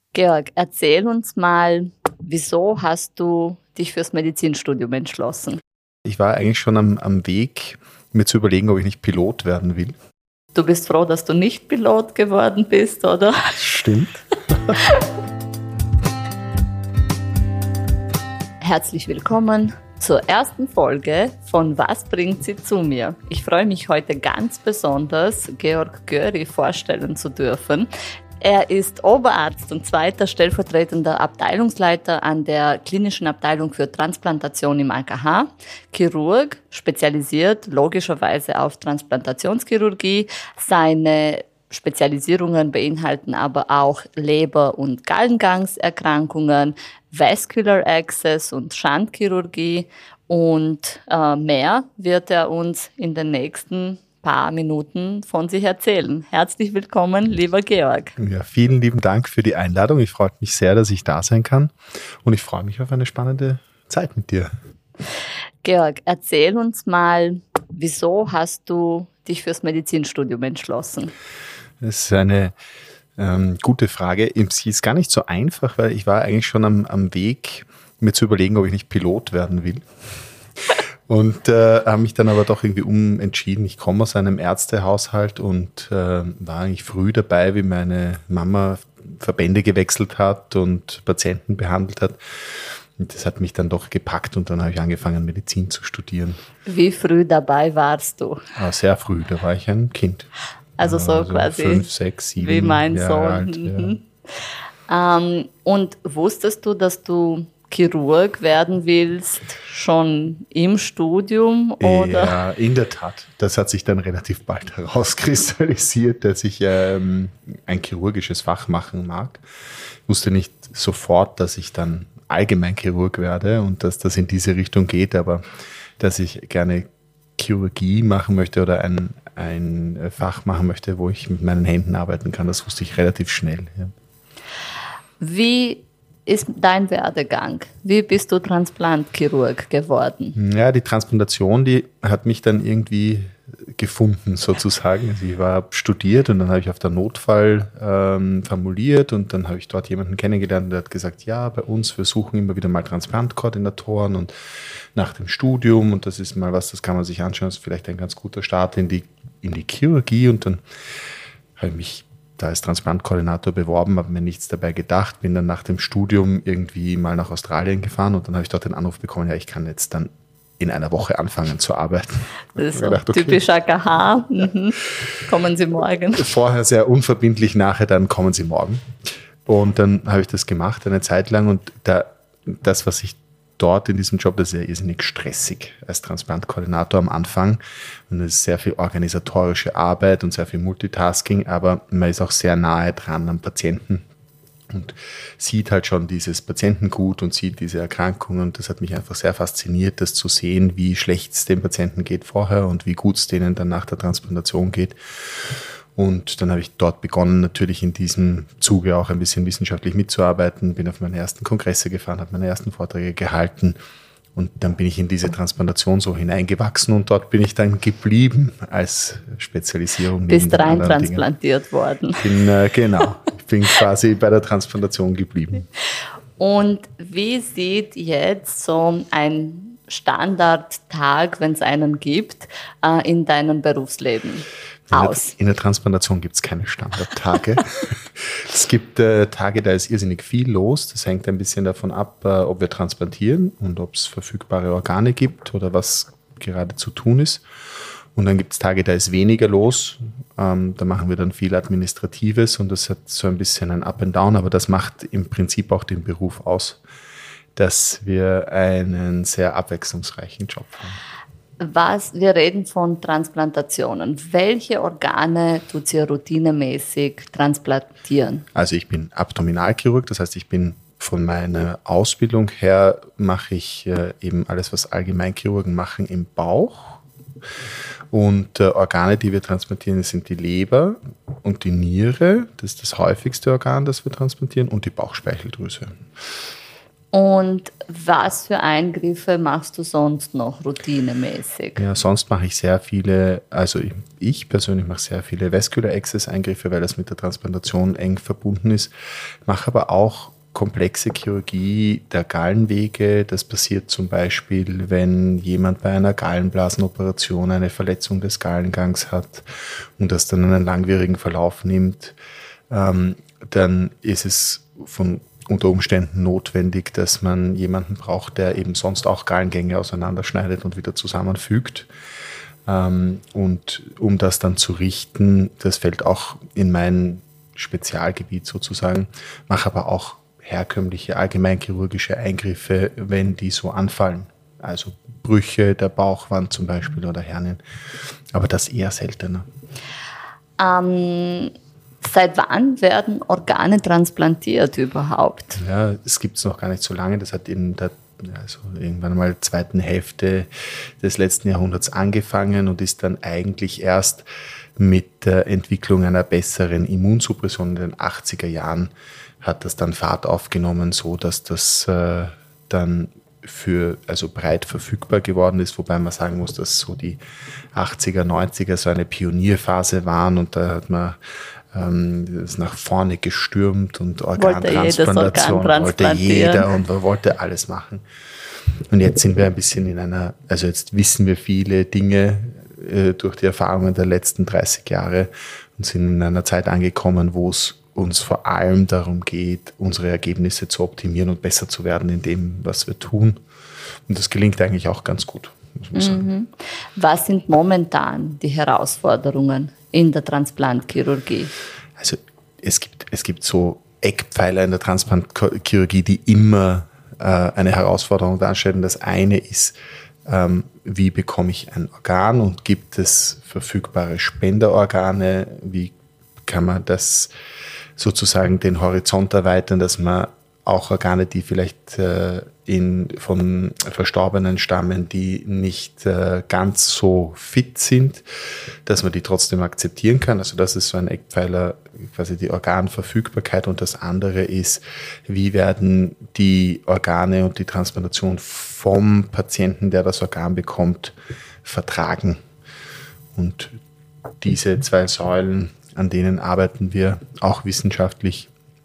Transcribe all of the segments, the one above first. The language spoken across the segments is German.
Georg, erzähl uns mal, wieso hast du dich fürs Medizinstudium entschlossen? Ich war eigentlich schon am Weg, mir zu überlegen, ob ich nicht Pilot werden will. Du bist froh, dass du nicht Pilot geworden bist, oder? Stimmt. Herzlich willkommen zur ersten Folge von Was bringt sie zu mir? Ich freue mich heute ganz besonders, Georg Göri vorstellen zu dürfen. Er ist Oberarzt und zweiter stellvertretender Abteilungsleiter an der klinischen Abteilung für Transplantation im AKH, Chirurg, spezialisiert logischerweise auf Transplantationschirurgie. Seine Spezialisierungen beinhalten aber auch Leber- und Gallengangserkrankungen, Vascular Access und Schandchirurgie und mehr wird er uns in den nächsten paar Minuten von sich erzählen. Herzlich willkommen, lieber Georg. Ja, vielen lieben Dank für die Einladung. Ich freue mich sehr, dass ich da sein kann und ich freue mich auf eine spannende Zeit mit dir. Georg, erzähl uns mal, wieso hast du dich fürs Medizinstudium entschlossen? Das ist eine gute Frage. Sie ist gar nicht so einfach, weil ich war eigentlich schon am Weg, mir zu überlegen, ob ich nicht Pilot werden will. Und habe mich dann aber doch irgendwie umentschieden. Ich komme aus einem Ärztehaushalt und war eigentlich früh dabei, wie meine Mama Verbände gewechselt hat und Patienten behandelt hat. Und das hat mich dann doch gepackt und dann habe ich angefangen, Medizin zu studieren. Wie früh dabei warst du? Sehr früh, da war ich ein Kind. Also quasi 5, 6, 7 wie mein Jahre Sohn. alt. Ja. Und wusstest du, dass du Chirurg werden willst, schon im Studium? Oder? Ja, in der Tat. Das hat sich dann relativ bald herauskristallisiert, dass ich ein chirurgisches Fach machen mag. Ich wusste nicht sofort, dass ich dann Allgemeinchirurg werde und dass das in diese Richtung geht, aber dass ich gerne Chirurgie machen möchte oder ein Fach machen möchte, wo ich mit meinen Händen arbeiten kann, das wusste ich relativ schnell. Ja. Wie ist dein Werdegang? Wie bist du Transplantchirurg geworden? Ja, die Transplantation, die hat mich dann irgendwie gefunden sozusagen. Also ich war studiert und dann habe ich auf der Notfall formuliert und dann habe ich dort jemanden kennengelernt, der hat gesagt, ja, bei uns, wir suchen immer wieder mal Transplantkoordinatoren und nach dem Studium und das ist mal was, das kann man sich anschauen, das ist vielleicht ein ganz guter Start in die Chirurgie und dann habe ich mich da als Transplantkoordinator beworben, habe mir nichts dabei gedacht, bin dann nach dem Studium irgendwie mal nach Australien gefahren und dann habe ich dort den Anruf bekommen, ja, ich kann jetzt dann in einer Woche anfangen zu arbeiten. Das ist so gedacht, okay, typisch AKH. Kommen Sie morgen. Vorher sehr unverbindlich, nachher dann kommen Sie morgen. Und dann habe ich das gemacht eine Zeit lang und das, was ich dort in diesem Job, das ist ja irrsinnig stressig als Transplantkoordinator am Anfang. Und es ist sehr viel organisatorische Arbeit und sehr viel Multitasking, aber man ist auch sehr nahe dran am Patienten und sieht halt schon dieses Patientengut und sieht diese Erkrankung. Und das hat mich einfach sehr fasziniert, das zu sehen, wie schlecht es den Patienten geht vorher und wie gut es denen dann nach der Transplantation geht. Und dann habe ich dort begonnen, natürlich in diesem Zuge auch ein bisschen wissenschaftlich mitzuarbeiten, bin auf meine ersten Kongresse gefahren, habe meine ersten Vorträge gehalten und dann bin ich in diese Transplantation so hineingewachsen und dort bin ich dann geblieben als Spezialisierung. Bist rein transplantiert worden. Genau, ich bin quasi bei der Transplantation geblieben. Und wie sieht jetzt so ein Standardtag, wenn es einen gibt, in deinem Berufsleben aus? In der Transplantation gibt es keine Standardtage. Es gibt Tage, da ist irrsinnig viel los. Das hängt ein bisschen davon ab, ob wir transplantieren und ob es verfügbare Organe gibt oder was gerade zu tun ist. Und dann gibt es Tage, da ist weniger los. Da machen wir dann viel Administratives und das hat so ein bisschen ein Up and Down, aber das macht im Prinzip auch den Beruf aus, dass wir einen sehr abwechslungsreichen Job haben. Wir reden von Transplantationen. Welche Organe tut ihr routinemäßig transplantieren? Also ich bin Abdominalchirurg, das heißt, ich bin von meiner Ausbildung her, mache ich eben alles, was Allgemeinchirurgen machen, im Bauch. Und Organe, die wir transplantieren, sind die Leber und die Niere. Das ist das häufigste Organ, das wir transplantieren, und die Bauchspeicheldrüse. Und was für Eingriffe machst du sonst noch routinemäßig? Ja, sonst mache ich sehr viele, also ich persönlich mache sehr viele Vascular Access Eingriffe, weil das mit der Transplantation eng verbunden ist. Mache aber auch komplexe Chirurgie der Gallenwege. Das passiert zum Beispiel, wenn jemand bei einer Gallenblasenoperation eine Verletzung des Gallengangs hat und das dann einen langwierigen Verlauf nimmt, dann ist es unter Umständen notwendig, dass man jemanden braucht, der eben sonst auch Gallengänge auseinanderschneidet und wieder zusammenfügt. Und um das dann zu richten, das fällt auch in mein Spezialgebiet sozusagen, mache aber auch herkömmliche allgemeinchirurgische Eingriffe, wenn die so anfallen. Also Brüche der Bauchwand zum Beispiel oder Hernien. Aber das eher seltener. Seit wann werden Organe transplantiert überhaupt? Ja, es gibt es noch gar nicht so lange. Das hat irgendwann mal zweiten Hälfte des letzten Jahrhunderts angefangen und ist dann eigentlich erst mit der Entwicklung einer besseren Immunsuppression in den 80er Jahren hat das dann Fahrt aufgenommen, so dass das dann breit verfügbar geworden ist, wobei man sagen muss, dass so die 80er, 90er so eine Pionierphase waren und da hat man ist nach vorne gestürmt und Organtransplantation wollte jeder und wollte alles machen. Und jetzt sind wir ein bisschen jetzt wissen wir viele Dinge durch die Erfahrungen der letzten 30 Jahre und sind in einer Zeit angekommen, wo es uns vor allem darum geht, unsere Ergebnisse zu optimieren und besser zu werden in dem, was wir tun. Und das gelingt eigentlich auch ganz gut, muss man sagen. Was sind momentan die Herausforderungen in der Transplantchirurgie? Also es gibt so Eckpfeiler in der Transplantchirurgie, die immer eine Herausforderung darstellen. Das eine ist, wie bekomme ich ein Organ und gibt es verfügbare Spenderorgane? Wie kann man das sozusagen den Horizont erweitern, dass man auch Organe, die vielleicht von Verstorbenen stammen, die nicht ganz so fit sind, dass man die trotzdem akzeptieren kann. Also das ist so ein Eckpfeiler, quasi die Organverfügbarkeit. Und das andere ist, wie werden die Organe und die Transplantation vom Patienten, der das Organ bekommt, vertragen. Und diese zwei Säulen, an denen arbeiten wir auch wissenschaftlich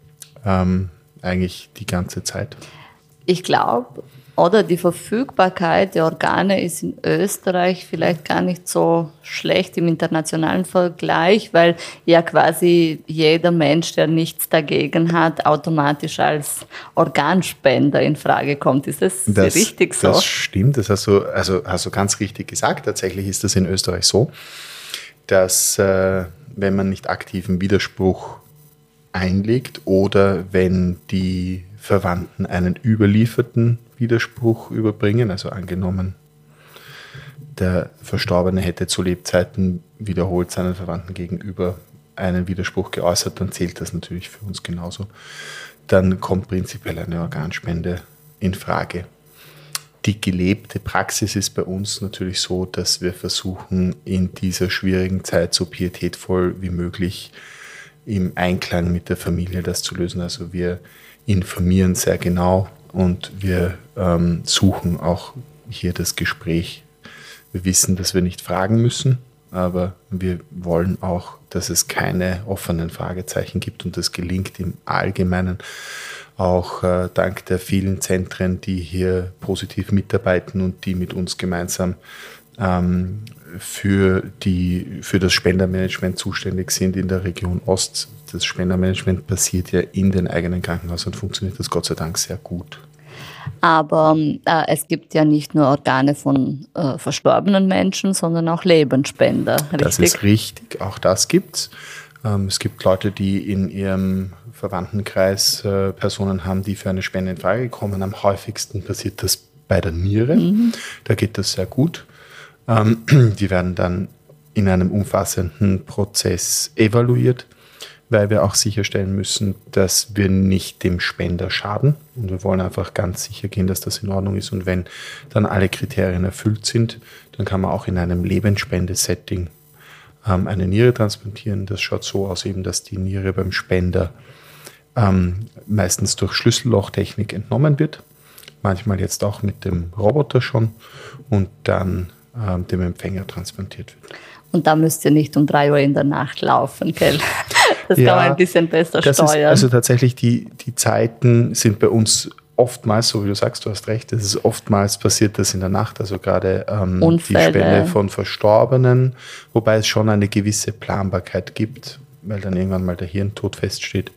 eigentlich die ganze Zeit. Ich glaube, die Verfügbarkeit der Organe ist in Österreich vielleicht gar nicht so schlecht im internationalen Vergleich, weil ja quasi jeder Mensch, der nichts dagegen hat, automatisch als Organspender in Frage kommt. Ist das richtig so? Das stimmt, das hast du ganz richtig gesagt. Tatsächlich ist das in Österreich so, dass wenn man nicht aktiven Widerspruch einlegt oder wenn die Verwandten einen überlieferten Widerspruch überbringen, also angenommen, der Verstorbene hätte zu Lebzeiten wiederholt seinen Verwandten gegenüber einen Widerspruch geäußert, dann zählt das natürlich für uns genauso. Dann kommt prinzipiell eine Organspende in Frage. Die gelebte Praxis ist bei uns natürlich so, dass wir versuchen, in dieser schwierigen Zeit so pietätvoll wie möglich im Einklang mit der Familie das zu lösen. Also wir informieren sehr genau und wir suchen auch hier das Gespräch. Wir wissen, dass wir nicht fragen müssen, aber wir wollen auch, dass es keine offenen Fragezeichen gibt und das gelingt im Allgemeinen auch dank der vielen Zentren, die hier positiv mitarbeiten und die mit uns gemeinsam für das Spendermanagement zuständig sind in der Region Ost. Das Spendermanagement passiert ja in den eigenen Krankenhäusern und funktioniert das Gott sei Dank sehr gut. Aber es gibt ja nicht nur Organe von verstorbenen Menschen, sondern auch Lebensspender. Richtig? Das ist richtig, auch das gibt's. Es gibt Leute, die in ihrem Verwandtenkreis Personen haben, die für eine Spende in Frage kommen. Am häufigsten passiert das bei der Niere. Da geht das sehr gut. Die werden dann in einem umfassenden Prozess evaluiert, weil wir auch sicherstellen müssen, dass wir nicht dem Spender schaden. Und wir wollen einfach ganz sicher gehen, dass das in Ordnung ist. Und wenn dann alle Kriterien erfüllt sind, dann kann man auch in einem Lebensspende-Setting eine Niere transplantieren. Das schaut so aus, eben, dass die Niere beim Spender meistens durch Schlüssellochtechnik entnommen wird. manchmal jetzt auch mit dem Roboter schon und dann dem Empfänger transplantiert wird. Und da müsst ihr nicht um 3 Uhr in der Nacht laufen, gell? Das kann man ein bisschen besser steuern. Also tatsächlich, die Zeiten sind bei uns oftmals, so wie du sagst, du hast recht, es ist oftmals passiert das in der Nacht, also gerade die Spende von Verstorbenen, wobei es schon eine gewisse Planbarkeit gibt, weil dann irgendwann mal der Hirntod feststeht.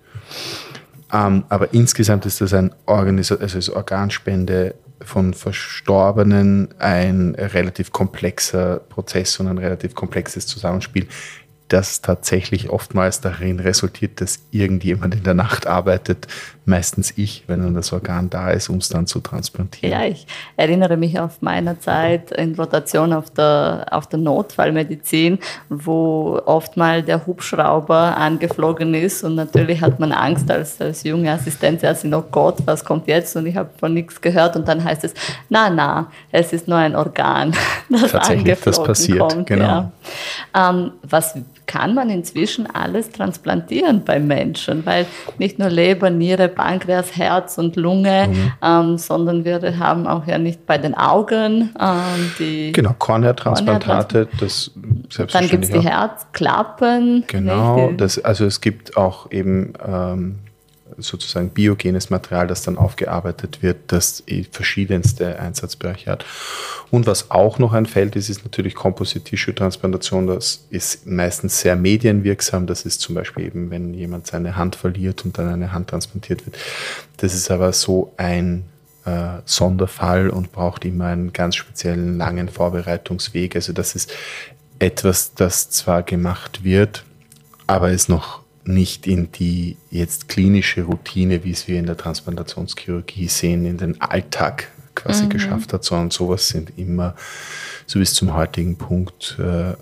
Aber insgesamt ist das ist Organspende von Verstorbenen ein relativ komplexer Prozess und ein relativ komplexes Zusammenspiel, das tatsächlich oftmals darin resultiert, dass irgendjemand in der Nacht arbeitet, meistens ich, wenn dann das Organ da ist, um es dann zu transplantieren. Ja, ich erinnere mich auf meine Zeit in Rotation auf der Notfallmedizin, wo oft mal der Hubschrauber angeflogen ist und natürlich hat man Angst als junge Assistenz, oh Gott, was kommt jetzt? Und ich habe von nichts gehört und dann heißt es, es ist nur ein Organ, das tatsächlich, angeflogen das passiert, kommt. genau. Ja. Was kann man inzwischen alles transplantieren beim Menschen, weil nicht nur Leber, Niere, Pankreas, Herz und Lunge, sondern wir haben auch ja nicht bei den Augen die Korneatransplantate, das selbstverständlich. Dann gibt es die Herzklappen. Genau, also es gibt auch eben sozusagen biogenes Material, das dann aufgearbeitet wird, das verschiedenste Einsatzbereiche hat. Und was auch noch ein Feld ist, ist natürlich Composite Tissue Transplantation. Das ist meistens sehr medienwirksam. Das ist zum Beispiel eben, wenn jemand seine Hand verliert und dann eine Hand transplantiert wird. Das ist aber so ein Sonderfall und braucht immer einen ganz speziellen langen Vorbereitungsweg. Also das ist etwas, das zwar gemacht wird, aber ist noch nicht in die jetzt klinische Routine, wie es wir in der Transplantationschirurgie sehen, in den Alltag quasi geschafft hat, sondern sowas sind immer, so bis zum heutigen Punkt,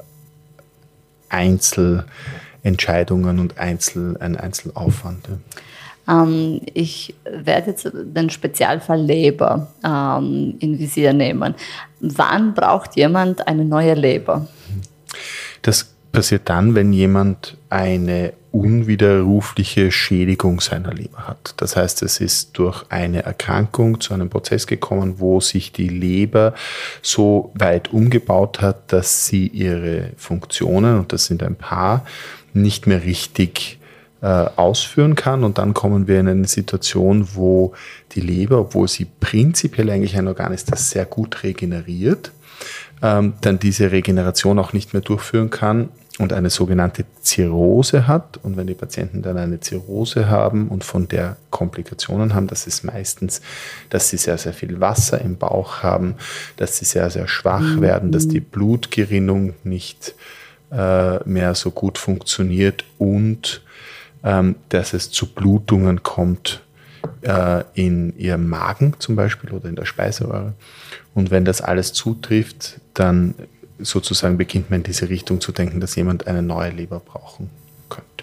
Einzelentscheidungen und ein Einzelaufwand. Ich werde jetzt den Spezialfall Leber in Visier nehmen. Wann braucht jemand eine neue Leber? Das passiert dann, wenn jemand eine unwiderrufliche Schädigung seiner Leber hat. Das heißt, es ist durch eine Erkrankung zu einem Prozess gekommen, wo sich die Leber so weit umgebaut hat, dass sie ihre Funktionen, und das sind ein paar, nicht mehr richtig ausführen kann. Und dann kommen wir in eine Situation, wo die Leber, obwohl sie prinzipiell eigentlich ein Organ ist, das sehr gut regeneriert, dann diese Regeneration auch nicht mehr durchführen kann und eine sogenannte Zirrhose hat. Und wenn die Patienten dann eine Zirrhose haben und von der Komplikationen haben, das ist meistens, dass sie sehr, sehr viel Wasser im Bauch haben, dass sie sehr, sehr schwach werden, dass die Blutgerinnung nicht mehr so gut funktioniert und dass es zu Blutungen kommt in ihrem Magen zum Beispiel oder in der Speiseröhre. Und wenn das alles zutrifft, dann sozusagen beginnt man in diese Richtung zu denken, dass jemand eine neue Leber brauchen könnte.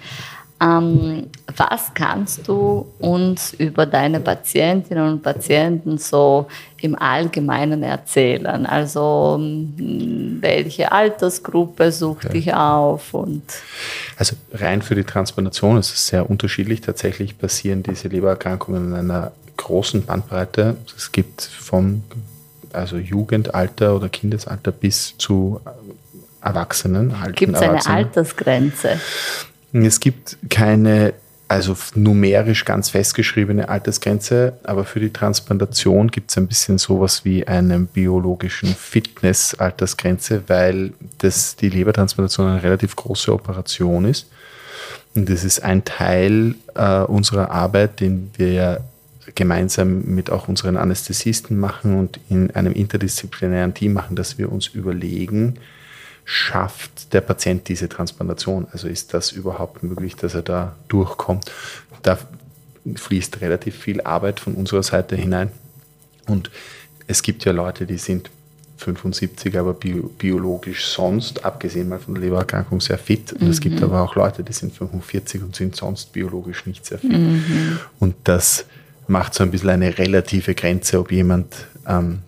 Was kannst du uns über deine Patientinnen und Patienten so im Allgemeinen erzählen? Also welche Altersgruppe sucht dich auf? Also rein für die Transplantation ist es sehr unterschiedlich. Tatsächlich passieren diese Lebererkrankungen in einer großen Bandbreite. Es gibt vom Jugendalter oder Kindesalter bis zu Erwachsenen. Gibt es eine Altersgrenze? Es gibt keine, numerisch ganz festgeschriebene Altersgrenze, aber für die Transplantation gibt es ein bisschen sowas wie eine biologischen Fitness-Altersgrenze, weil die Lebertransplantation eine relativ große Operation ist. Und das ist ein Teil unserer Arbeit, den wir ja gemeinsam mit auch unseren Anästhesisten machen und in einem interdisziplinären Team machen, dass wir uns überlegen, schafft der Patient diese Transplantation? Also ist das überhaupt möglich, dass er da durchkommt? Da fließt relativ viel Arbeit von unserer Seite hinein. Und es gibt ja Leute, die sind 75, aber biologisch sonst, abgesehen mal von der Lebererkrankung, sehr fit. Und es gibt aber auch Leute, die sind 45 und sind sonst biologisch nicht sehr fit. Und das macht so ein bisschen eine relative Grenze, ob jemand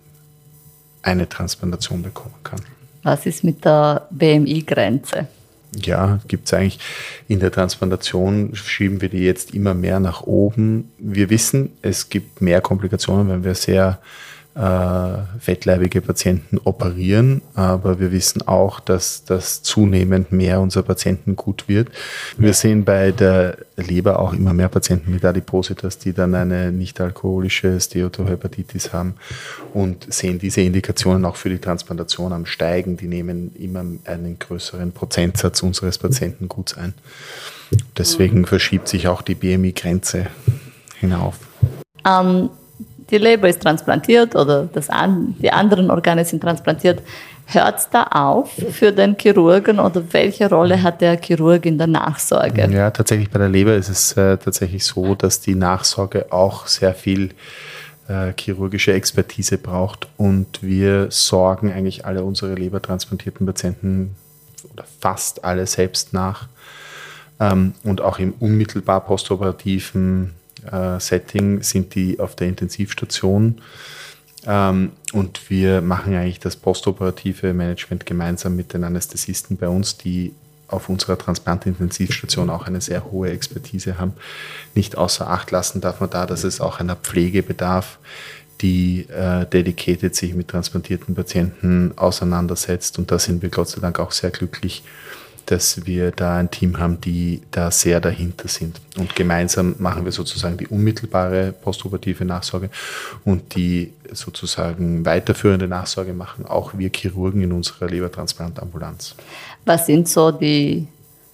eine Transplantation bekommen kann. Was ist mit der BMI-Grenze? Ja, gibt es eigentlich in der Transplantation, schieben wir die jetzt immer mehr nach oben. Wir wissen, es gibt mehr Komplikationen, wenn wir sehr fettleibige Patienten operieren, aber wir wissen auch, dass das zunehmend mehr unserer Patienten gut wird. Wir sehen bei der Leber auch immer mehr Patienten mit Adipositas, die dann eine nicht-alkoholische Steatohepatitis haben und sehen diese Indikationen auch für die Transplantation am Steigen. Die nehmen immer einen größeren Prozentsatz unseres Patientenguts ein. Deswegen verschiebt sich auch die BMI-Grenze hinauf. Die Leber ist transplantiert oder die anderen Organe sind transplantiert. Hört es da auf für den Chirurgen oder welche Rolle hat der Chirurg in der Nachsorge? Ja, tatsächlich bei der Leber ist es tatsächlich so, dass die Nachsorge auch sehr viel chirurgische Expertise braucht und wir sorgen eigentlich alle unsere lebertransplantierten Patienten oder fast alle selbst nach und auch im unmittelbar postoperativen Setting sind die auf der Intensivstation und wir machen eigentlich das postoperative Management gemeinsam mit den Anästhesisten bei uns, die auf unserer Transplant-Intensivstation auch eine sehr hohe Expertise haben. Nicht außer Acht lassen darf man da, dass es auch einer Pflege bedarf, die dedicated sich mit transplantierten Patienten auseinandersetzt und da sind wir Gott sei Dank auch sehr glücklich, dass wir da ein Team haben, die da sehr dahinter sind. Und gemeinsam machen wir sozusagen die unmittelbare postoperative Nachsorge und die sozusagen weiterführende Nachsorge machen auch wir Chirurgen in unserer Lebertransplantambulanz. Was sind so die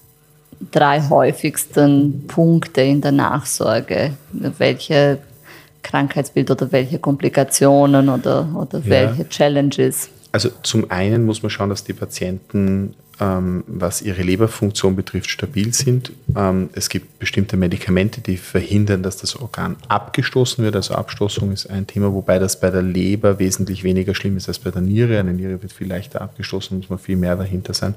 3 häufigsten Punkte in der Nachsorge? Welche Krankheitsbild oder welche Komplikationen oder welche Challenges? Also zum einen muss man schauen, dass die Patienten, was ihre Leberfunktion betrifft, stabil sind. Es gibt bestimmte Medikamente, die verhindern, dass das Organ abgestoßen wird. Also Abstoßung ist ein Thema, wobei das bei der Leber wesentlich weniger schlimm ist als bei der Niere. Eine Niere wird viel leichter abgestoßen, muss man viel mehr dahinter sein.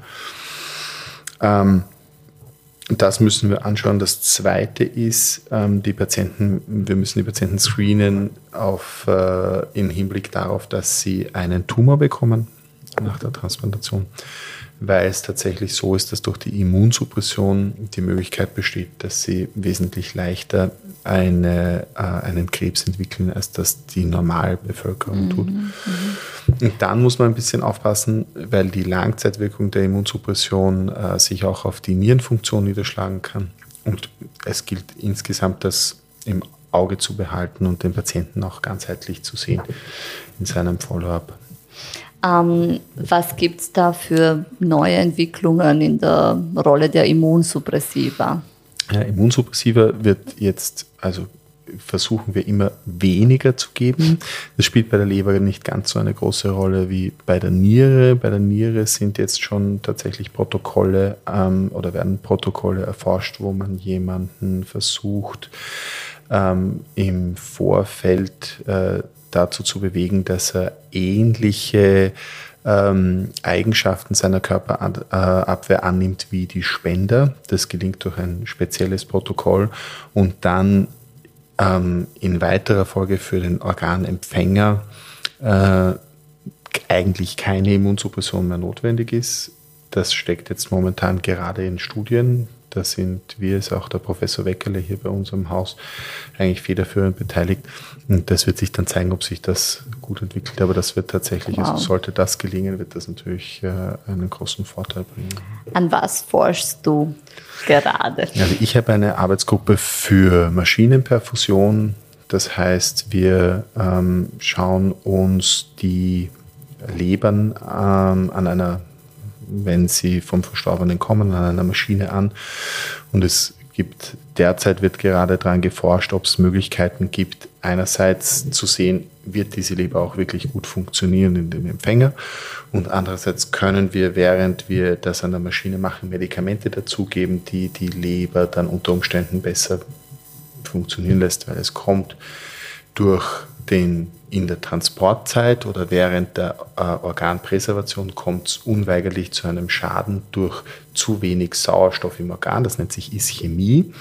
Das müssen wir anschauen. Das Zweite ist, wir müssen die Patienten screenen im Hinblick darauf, dass sie einen Tumor bekommen nach der Transplantation, weil es tatsächlich so ist, dass durch die Immunsuppression die Möglichkeit besteht, dass sie wesentlich leichter einen Krebs entwickeln, als das die Normalbevölkerung tut. Und dann muss man ein bisschen aufpassen, weil die Langzeitwirkung der Immunsuppression sich auch auf die Nierenfunktion niederschlagen kann. Und es gilt insgesamt, das im Auge zu behalten und den Patienten auch ganzheitlich zu sehen in seinem Follow-up. Was gibt es da für neue Entwicklungen in der Rolle der Immunsuppressiva? Ja, Immunsuppressiva wird jetzt, also versuchen wir immer weniger zu geben. Das spielt bei der Leber nicht ganz so eine große Rolle wie bei der Niere. Bei der Niere sind jetzt schon tatsächlich Protokolle oder werden Protokolle erforscht, wo man jemanden versucht, im Vorfeld dazu zu bewegen, dass er ähnliche Eigenschaften seiner Körperabwehr annimmt wie die Spender. Das gelingt durch ein spezielles Protokoll und dann in weiterer Folge für den Organempfänger eigentlich keine Immunsuppression mehr notwendig ist. Das steckt jetzt momentan gerade in Studien. Da sind wir, ist auch der Professor Weckerle hier bei uns im Haus, eigentlich federführend beteiligt. Und das wird sich dann zeigen, ob sich das gut entwickelt. Aber das wird tatsächlich, also sollte das gelingen, wird das natürlich einen großen Vorteil bringen. An was forschst du gerade? Also ich habe eine Arbeitsgruppe für Maschinenperfusion. Das heißt, wir schauen uns die Lebern wenn sie vom Verstorbenen kommen, an einer Maschine an. Und derzeit wird gerade daran geforscht, ob es Möglichkeiten gibt, einerseits zu sehen, wird diese Leber auch wirklich gut funktionieren in dem Empfänger und andererseits können wir, während wir das an der Maschine machen, Medikamente dazugeben, die die Leber dann unter Umständen besser funktionieren lässt, weil es kommt durch in der Transportzeit oder während der Organpräservation kommt es unweigerlich zu einem Schaden durch zu wenig Sauerstoff im Organ. Das nennt sich Ischämie.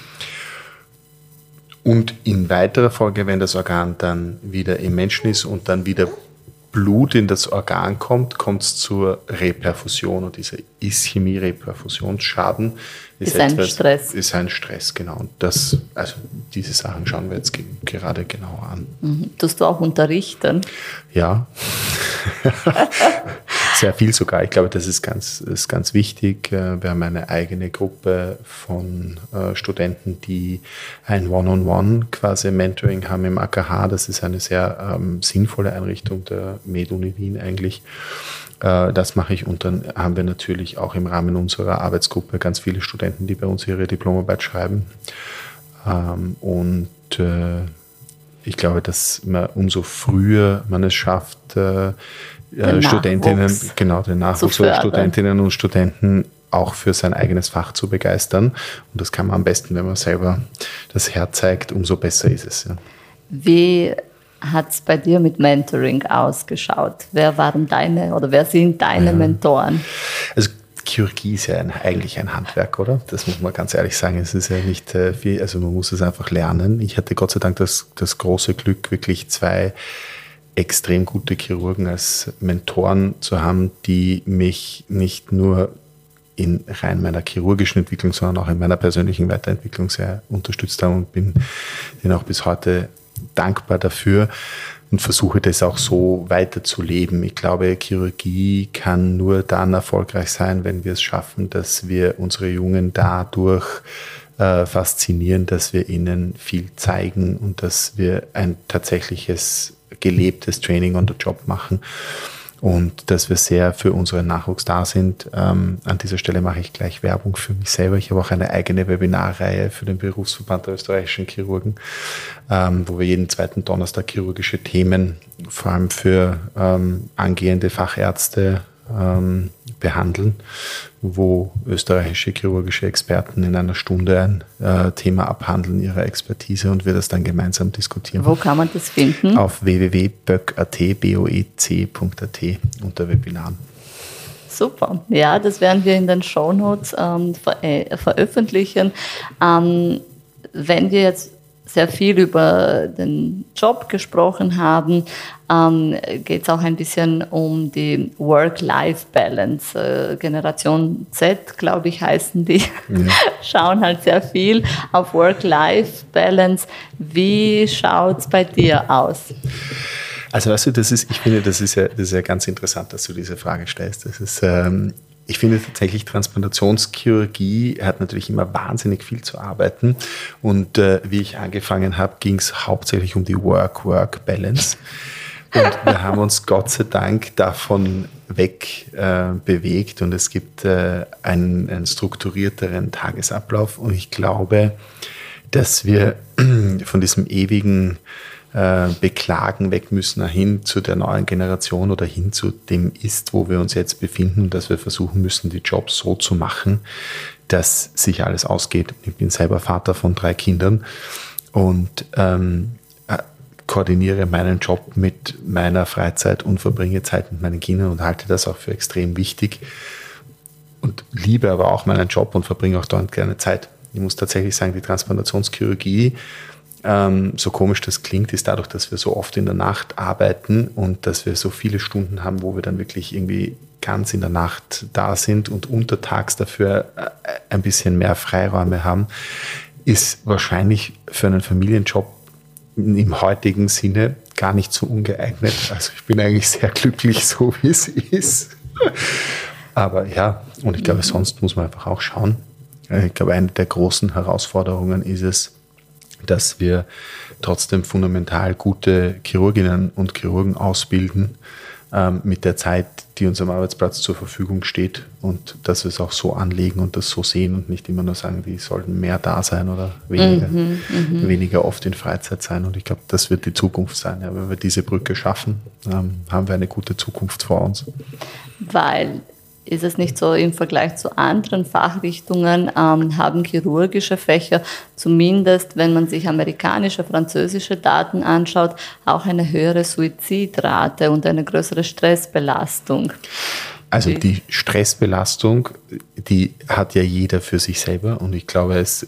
Und in weiterer Folge, wenn das Organ dann wieder im Menschen ist und dann wieder Blut in das Organ kommt es zur Reperfusion, und dieser Ischämie-Reperfusionsschaden ist ein Stress, genau. Und diese Sachen schauen wir jetzt gerade genauer an. Tust du auch unterrichten? Ja, sehr viel sogar. Ich glaube, das ist ganz wichtig. Wir haben eine eigene Gruppe von Studenten, die ein One-on-One quasi Mentoring haben im AKH. Das ist eine sehr sinnvolle Einrichtung der MedUni Wien eigentlich. Das mache ich, und dann haben wir natürlich auch im Rahmen unserer Arbeitsgruppe ganz viele Studenten, die bei uns ihre Diplomarbeit schreiben. Ich glaube, dass man umso früher man es schafft, den Nachwuchs oder Studentinnen und Studenten auch für sein eigenes Fach zu begeistern. Und das kann man am besten, wenn man selber das herzeigt, umso besser ist es. Ja. Wie hat es bei dir mit Mentoring ausgeschaut? Wer sind deine Mentoren? Also Chirurgie ist ja eigentlich ein Handwerk, oder? Das muss man ganz ehrlich sagen. Es ist ja nicht viel, also man muss es einfach lernen. Ich hatte Gott sei Dank das große Glück, wirklich 2 extrem gute Chirurgen als Mentoren zu haben, die mich nicht nur in rein meiner chirurgischen Entwicklung, sondern auch in meiner persönlichen Weiterentwicklung sehr unterstützt haben, und bin denen auch bis heute dankbar dafür und versuche das auch so weiterzuleben. Ich glaube, Chirurgie kann nur dann erfolgreich sein, wenn wir es schaffen, dass wir unsere Jungen dadurch faszinieren, dass wir ihnen viel zeigen und dass wir ein tatsächliches gelebtes Training on the Job machen. Und dass wir sehr für unseren Nachwuchs da sind. An dieser Stelle mache ich gleich Werbung für mich selber. Ich habe auch eine eigene Webinarreihe für den Berufsverband der österreichischen Chirurgen, wo wir jeden 2. Donnerstag chirurgische Themen, vor allem für angehende Fachärzte, behandeln, wo österreichische chirurgische Experten in einer Stunde ein Thema abhandeln, ihrer Expertise, und wir das dann gemeinsam diskutieren. Wo kann man das finden? Auf www.boec.at unter Webinaren. Super. Ja, das werden wir in den Shownotes veröffentlichen. Wenn wir jetzt sehr viel über den Job gesprochen haben, geht es auch ein bisschen um die Work-Life-Balance. Generation Z, glaube ich, heißen die, schauen halt sehr viel auf Work-Life-Balance. Wie schaut es bei dir aus? Also weißt du, ich finde, das ist ja ganz interessant, dass du diese Frage stellst. Ich finde tatsächlich, Transplantationschirurgie hat natürlich immer wahnsinnig viel zu arbeiten. Und wie ich angefangen habe, ging es hauptsächlich um die Work-Balance. Und wir haben uns Gott sei Dank davon weg bewegt, und es gibt einen strukturierteren Tagesablauf. Und ich glaube, dass wir von diesem ewigen Beklagen weg müssen, hin zu der neuen Generation oder hin zu dem wo wir uns jetzt befinden, dass wir versuchen müssen, die Jobs so zu machen, dass sich alles ausgeht. Ich bin selber Vater von 3 Kindern und koordiniere meinen Job mit meiner Freizeit und verbringe Zeit mit meinen Kindern und halte das auch für extrem wichtig und liebe aber auch meinen Job und verbringe auch dort gerne Zeit. Ich muss tatsächlich sagen, die Transplantationschirurgie, so komisch das klingt, ist dadurch, dass wir so oft in der Nacht arbeiten und dass wir so viele Stunden haben, wo wir dann wirklich irgendwie ganz in der Nacht da sind und untertags dafür ein bisschen mehr Freiräume haben, ist wahrscheinlich für einen Familienjob im heutigen Sinne gar nicht so ungeeignet. Also ich bin eigentlich sehr glücklich, so wie es ist. Aber ja, und ich glaube, sonst muss man einfach auch schauen. Ich glaube, eine der großen Herausforderungen ist es, dass wir trotzdem fundamental gute Chirurginnen und Chirurgen ausbilden mit der Zeit, die uns am Arbeitsplatz zur Verfügung steht, und dass wir es auch so anlegen und das so sehen und nicht immer nur sagen, die sollten mehr da sein oder weniger oft in Freizeit sein. Und ich glaube, das wird die Zukunft sein. Ja, wenn wir diese Brücke schaffen, haben wir eine gute Zukunft vor uns. Weil ist es nicht so, im Vergleich zu anderen Fachrichtungen haben chirurgische Fächer, zumindest wenn man sich amerikanische, französische Daten anschaut, auch eine höhere Suizidrate und eine größere Stressbelastung. Also die Stressbelastung, die hat ja jeder für sich selber, und ich glaube, es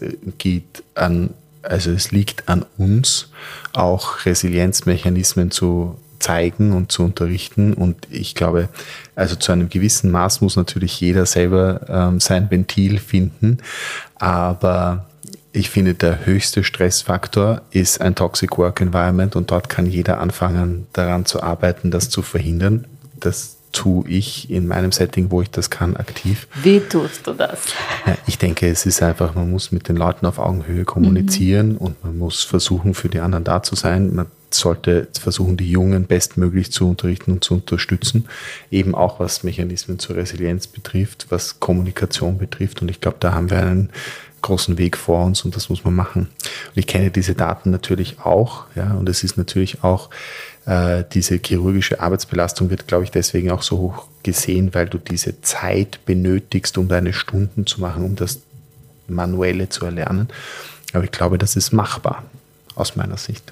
liegt an uns, auch Resilienzmechanismen zu zeigen und zu unterrichten. Und ich glaube, also zu einem gewissen Maß muss natürlich jeder selber sein Ventil finden. Aber ich finde, der höchste Stressfaktor ist ein Toxic Work Environment und dort kann jeder anfangen, daran zu arbeiten, das zu verhindern. Das tue ich in meinem Setting, wo ich das kann, aktiv. Wie tust du das? Ja, ich denke, es ist einfach, man muss mit den Leuten auf Augenhöhe kommunizieren und man muss versuchen, für die anderen da zu sein. Man sollte versuchen, die Jungen bestmöglich zu unterrichten und zu unterstützen. Eben auch, was Mechanismen zur Resilienz betrifft, was Kommunikation betrifft. Und ich glaube, da haben wir einen großen Weg vor uns und das muss man machen. Und ich kenne diese Daten natürlich auch, ja, und es ist natürlich auch diese chirurgische Arbeitsbelastung wird, glaube ich, deswegen auch so hoch gesehen, weil du diese Zeit benötigst, um deine Stunden zu machen, um das Manuelle zu erlernen. Aber ich glaube, das ist machbar, aus meiner Sicht.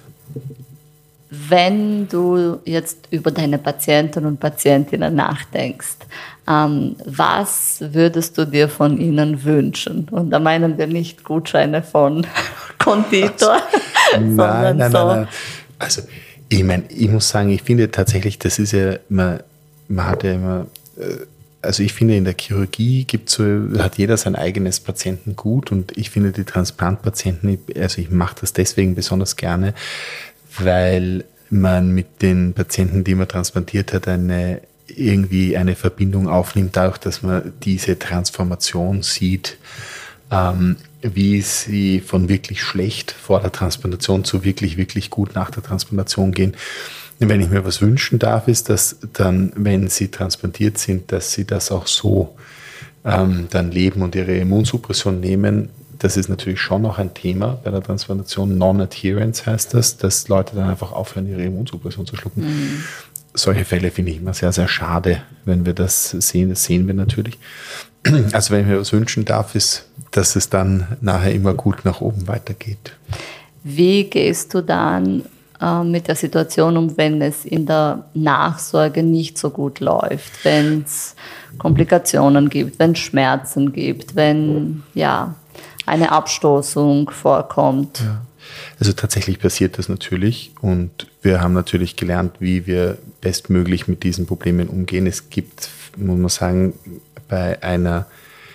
Wenn du jetzt über deine Patienten und Patientinnen nachdenkst, was würdest du dir von ihnen wünschen? Und da meinen wir nicht Gutscheine von Konditor, sondern nein. Also ich meine, ich muss sagen, ich finde tatsächlich, das ist ja, man hat ja immer, also ich finde in der Chirurgie hat jeder sein eigenes Patientengut und ich finde die Transplantpatienten, also ich mache das deswegen besonders gerne, weil man mit den Patienten, die man transplantiert hat, irgendwie eine Verbindung aufnimmt, dadurch, dass man diese Transformation sieht, wie sie von wirklich schlecht vor der Transplantation zu wirklich, wirklich gut nach der Transplantation gehen. Und wenn ich mir was wünschen darf, ist, dass dann, wenn sie transplantiert sind, dass sie das auch so dann leben und ihre Immunsuppression nehmen. Das ist natürlich schon noch ein Thema bei der Transplantation. Non-Adherence heißt das, dass Leute dann einfach aufhören, ihre Immunsuppression zu schlucken. Mhm. Solche Fälle finde ich immer sehr, sehr schade, wenn wir das sehen. Das sehen wir natürlich. Also wenn ich mir was wünschen darf, ist, dass es dann nachher immer gut nach oben weitergeht. Wie gehst du dann mit der Situation um, wenn es in der Nachsorge nicht so gut läuft, wenn es Komplikationen gibt, wenn es Schmerzen gibt, wenn eine Abstoßung vorkommt? Ja. Also tatsächlich passiert das natürlich und wir haben natürlich gelernt, wie wir bestmöglich mit diesen Problemen umgehen. Es gibt, muss man sagen, bei einer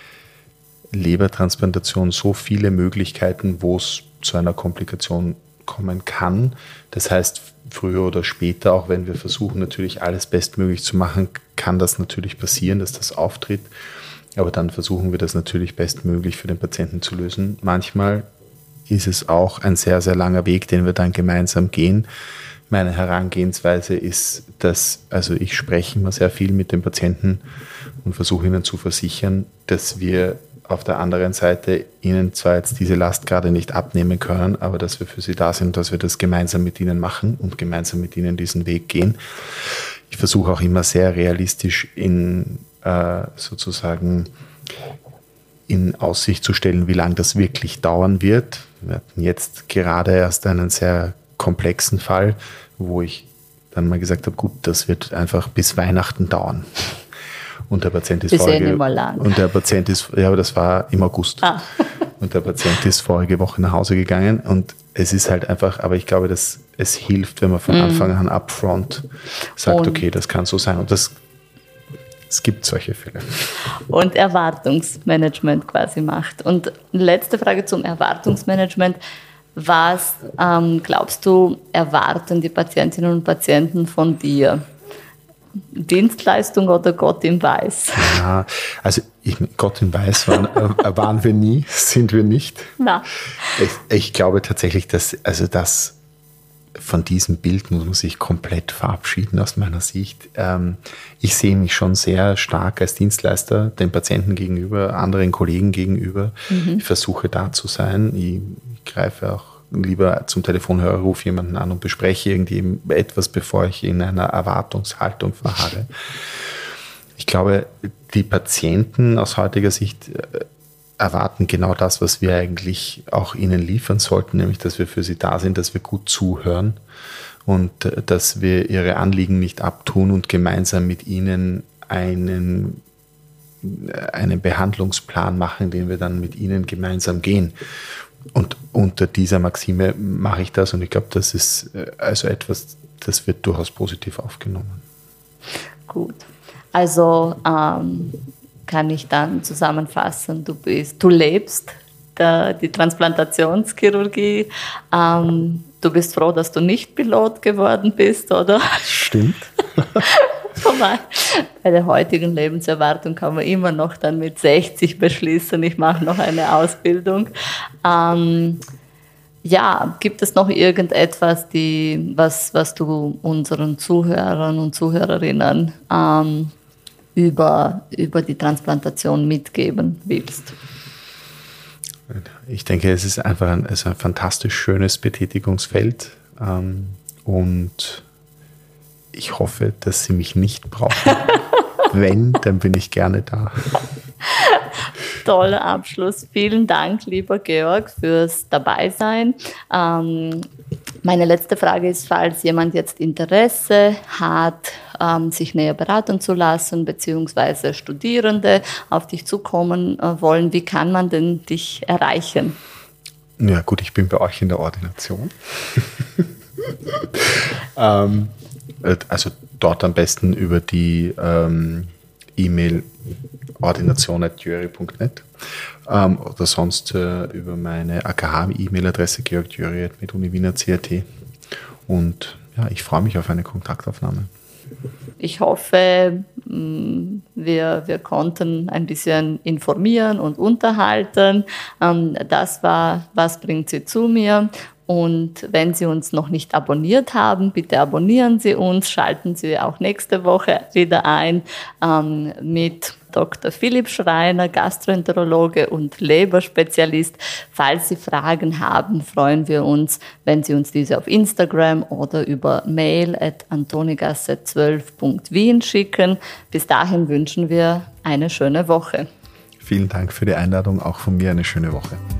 Lebertransplantation so viele Möglichkeiten, wo es zu einer Komplikation kommen kann. Das heißt, früher oder später, auch wenn wir versuchen, natürlich alles bestmöglich zu machen, kann das natürlich passieren, dass das auftritt. Aber dann versuchen wir das natürlich bestmöglich für den Patienten zu lösen. Manchmal ist es auch ein sehr, sehr langer Weg, den wir dann gemeinsam gehen. Meine Herangehensweise ist, also ich spreche immer sehr viel mit den Patienten und versuche ihnen zu versichern, dass wir auf der anderen Seite ihnen zwar jetzt diese Last gerade nicht abnehmen können, aber dass wir für sie da sind, dass wir das gemeinsam mit ihnen machen und gemeinsam mit ihnen diesen Weg gehen. Ich versuche auch immer sehr realistisch sozusagen in Aussicht zu stellen, wie lange das wirklich dauern wird. Wir hatten jetzt gerade erst einen sehr komplexen Fall, wo ich dann mal gesagt habe, gut, das wird einfach bis Weihnachten dauern. Und der Patient ist aber das war im August. Und der Patient ist vorige Woche nach Hause gegangen und es ist halt einfach, aber ich glaube, dass es hilft, wenn man von Anfang an upfront sagt, okay, das kann so sein und es gibt solche Fälle. Und Erwartungsmanagement quasi macht. Und letzte Frage zum Erwartungsmanagement. Was glaubst du, erwarten die Patientinnen und Patienten von dir? Dienstleistung oder Gott in Weiß? Ja, also Gott in Weiß waren wir nie, sind wir nicht. Na. Ich glaube tatsächlich, dass von diesem Bild muss man sich komplett verabschieden aus meiner Sicht. Ich sehe mich schon sehr stark als Dienstleister den Patienten gegenüber, anderen Kollegen gegenüber. Ich versuche da zu sein. Ich greife auch lieber zum Telefonhörer, rufe jemanden an und bespreche irgendwie etwas, bevor ich in einer Erwartungshaltung verharre. Ich glaube, die Patienten aus heutiger Sicht erwarten genau das, was wir eigentlich auch ihnen liefern sollten, nämlich, dass wir für sie da sind, dass wir gut zuhören und dass wir ihre Anliegen nicht abtun und gemeinsam mit ihnen einen Behandlungsplan machen, den wir dann mit ihnen gemeinsam gehen. Und unter dieser Maxime mache ich das und ich glaube, das ist also etwas, das wird durchaus positiv aufgenommen. Gut, also kann ich dann zusammenfassen, du lebst die Transplantationschirurgie. Du bist froh, dass du nicht Pilot geworden bist, oder? Stimmt. Bei der heutigen Lebenserwartung kann man immer noch dann mit 60 beschließen, ich mache noch eine Ausbildung. Gibt es noch irgendetwas, was du unseren Zuhörern und Zuhörerinnen über die Transplantation mitgeben willst? Ich denke, es ist einfach ein fantastisch schönes Betätigungsfeld und ich hoffe, dass Sie mich nicht brauchen. Wenn, dann bin ich gerne da. Toller Abschluss. Vielen Dank, lieber Georg, fürs Dabeisein. Meine letzte Frage ist, falls jemand jetzt Interesse hat, sich näher beraten zu lassen, beziehungsweise Studierende auf dich zukommen wollen, wie kann man denn dich erreichen? Ja gut, ich bin bei euch in der Ordination. Also dort am besten über die E-Mail ordination@jury.net oder sonst über meine AKH-E-Mail-Adresse georg.jury@meduniwiener.cat. Und ja, ich freue mich auf eine Kontaktaufnahme. Ich hoffe, wir konnten ein bisschen informieren und unterhalten. Das war Was bringt sie zu mir? Und wenn Sie uns noch nicht abonniert haben, bitte abonnieren Sie uns, schalten Sie auch nächste Woche wieder ein mit Dr. Philipp Schreiner, Gastroenterologe und Leberspezialist. Falls Sie Fragen haben, freuen wir uns, wenn Sie uns diese auf Instagram oder über mail@antonigasse12.wien schicken. Bis dahin wünschen wir eine schöne Woche. Vielen Dank für die Einladung, auch von mir eine schöne Woche.